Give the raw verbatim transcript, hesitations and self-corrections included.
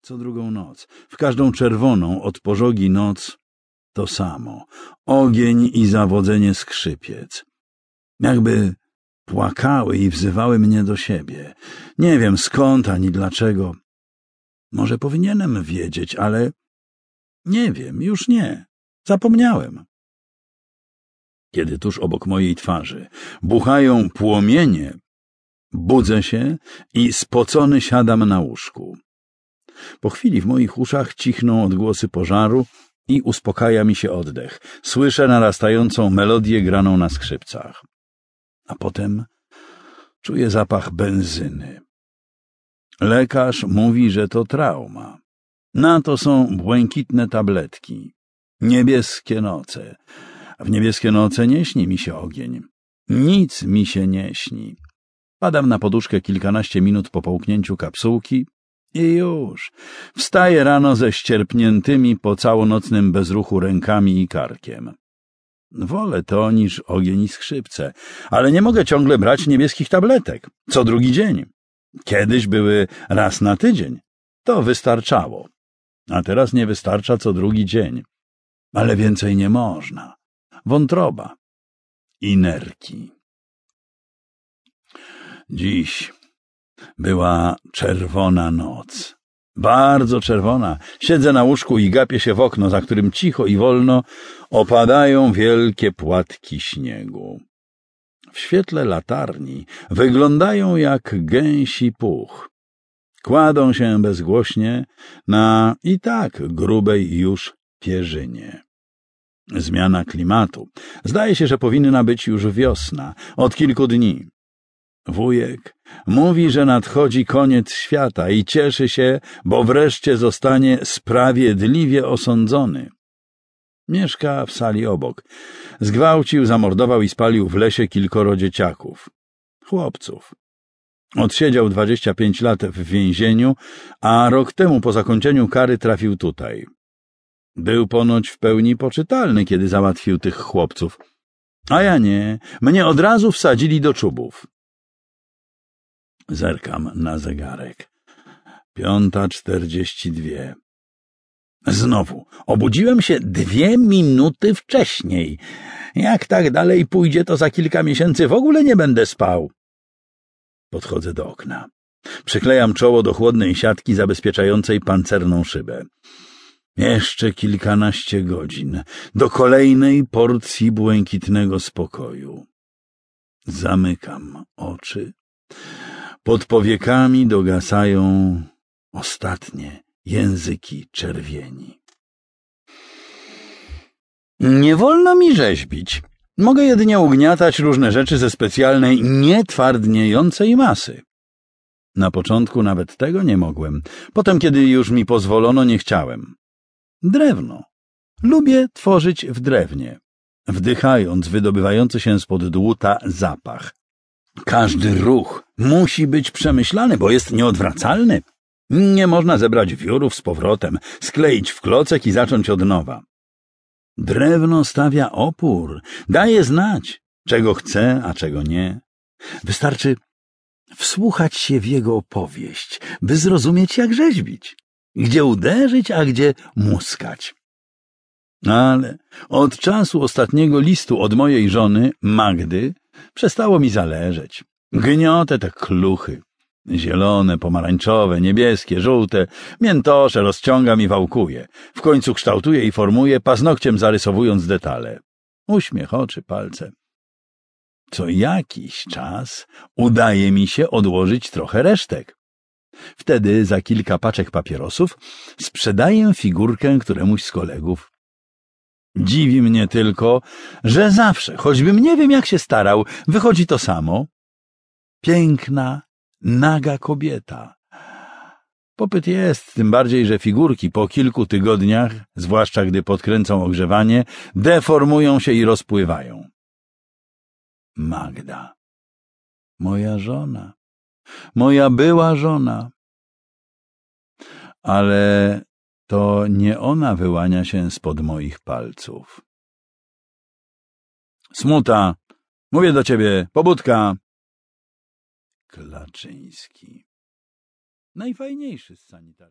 Co drugą noc, w każdą czerwoną od pożogi noc, to samo. Ogień i zawodzenie skrzypiec. Jakby płakały i wzywały mnie do siebie. Nie wiem skąd ani dlaczego. Może powinienem wiedzieć, ale nie wiem, już nie. Zapomniałem. Kiedy tuż obok mojej twarzy buchają płomienie, budzę się i spocony siadam na łóżku. Po chwili w moich uszach cichną odgłosy pożaru i uspokaja mi się oddech. Słyszę narastającą melodię graną na skrzypcach. A potem czuję zapach benzyny. Lekarz mówi, że to trauma. Na to są błękitne tabletki. Niebieskie noce. W niebieskie noce nie śni mi się ogień. Nic mi się nie śni. Padam na poduszkę kilkanaście minut po połknięciu kapsułki i już. Wstaję rano ze ścierpniętymi po całonocnym bezruchu rękami i karkiem. Wolę to niż ogień i skrzypce, ale nie mogę ciągle brać niebieskich tabletek. Co drugi dzień. Kiedyś były raz na tydzień. To wystarczało. A teraz nie wystarcza co drugi dzień. Ale więcej nie można. Wątroba i nerki. Dziś była czerwona noc. Bardzo czerwona. Siedzę na łóżku i gapię się w okno, za którym cicho i wolno opadają wielkie płatki śniegu. W świetle latarni wyglądają jak gęsi puch. Kładą się bezgłośnie na i tak grubej już pierzynie. Zmiana klimatu. Zdaje się, że powinna być już wiosna. Od kilku dni. Wujek mówi, że nadchodzi koniec świata i cieszy się, bo wreszcie zostanie sprawiedliwie osądzony. Mieszka w sali obok. Zgwałcił, zamordował i spalił w lesie kilkoro dzieciaków. Chłopców. Odsiedział dwadzieścia pięć lat w więzieniu, a rok temu po zakończeniu kary trafił tutaj. Był ponoć w pełni poczytalny, kiedy załatwił tych chłopców. A ja nie. Mnie od razu wsadzili do czubów. Zerkam na zegarek. Piąta czterdzieści dwie. Znowu. Obudziłem się dwie minuty wcześniej. Jak tak dalej pójdzie, to za kilka miesięcy w ogóle nie będę spał. Podchodzę do okna. Przyklejam czoło do chłodnej siatki zabezpieczającej pancerną szybę. Jeszcze kilkanaście godzin do kolejnej porcji błękitnego spokoju. Zamykam oczy. Pod powiekami dogasają ostatnie języki czerwieni. Nie wolno mi rzeźbić. Mogę jedynie ugniatać różne rzeczy ze specjalnej, nietwardniejącej masy. Na początku nawet tego nie mogłem. Potem, kiedy już mi pozwolono, nie chciałem. Drewno. Lubię tworzyć w drewnie, wdychając wydobywający się spod dłuta zapach. Każdy ruch musi być przemyślany, bo jest nieodwracalny. Nie można zebrać wiórów z powrotem, skleić w klocek i zacząć od nowa. Drewno stawia opór, daje znać, czego chce, a czego nie. Wystarczy wsłuchać się w jego opowieść, by zrozumieć, jak rzeźbić, gdzie uderzyć, a gdzie muskać. Ale od czasu ostatniego listu od mojej żony, Magdy, przestało mi zależeć. Gniotę te kluchy. Zielone, pomarańczowe, niebieskie, żółte, miętosze rozciągam i wałkuję. W końcu kształtuję i formuję, paznokciem zarysowując detale. Uśmiech, oczy, palce. Co jakiś czas udaje mi się odłożyć trochę resztek. Wtedy za kilka paczek papierosów sprzedaję figurkę któremuś z kolegów. Dziwi mnie tylko, że zawsze, choćbym nie wiem jak się starał, wychodzi to samo. Piękna, naga kobieta. Popyt jest, tym bardziej, że figurki po kilku tygodniach, zwłaszcza gdy podkręcą ogrzewanie, deformują się i rozpływają. Magda. Moja żona. Moja była żona. Ale to nie ona wyłania się spod moich palców. Smuta, mówię do ciebie, pobudka. Klaczyński. Najfajniejszy z sanitarii.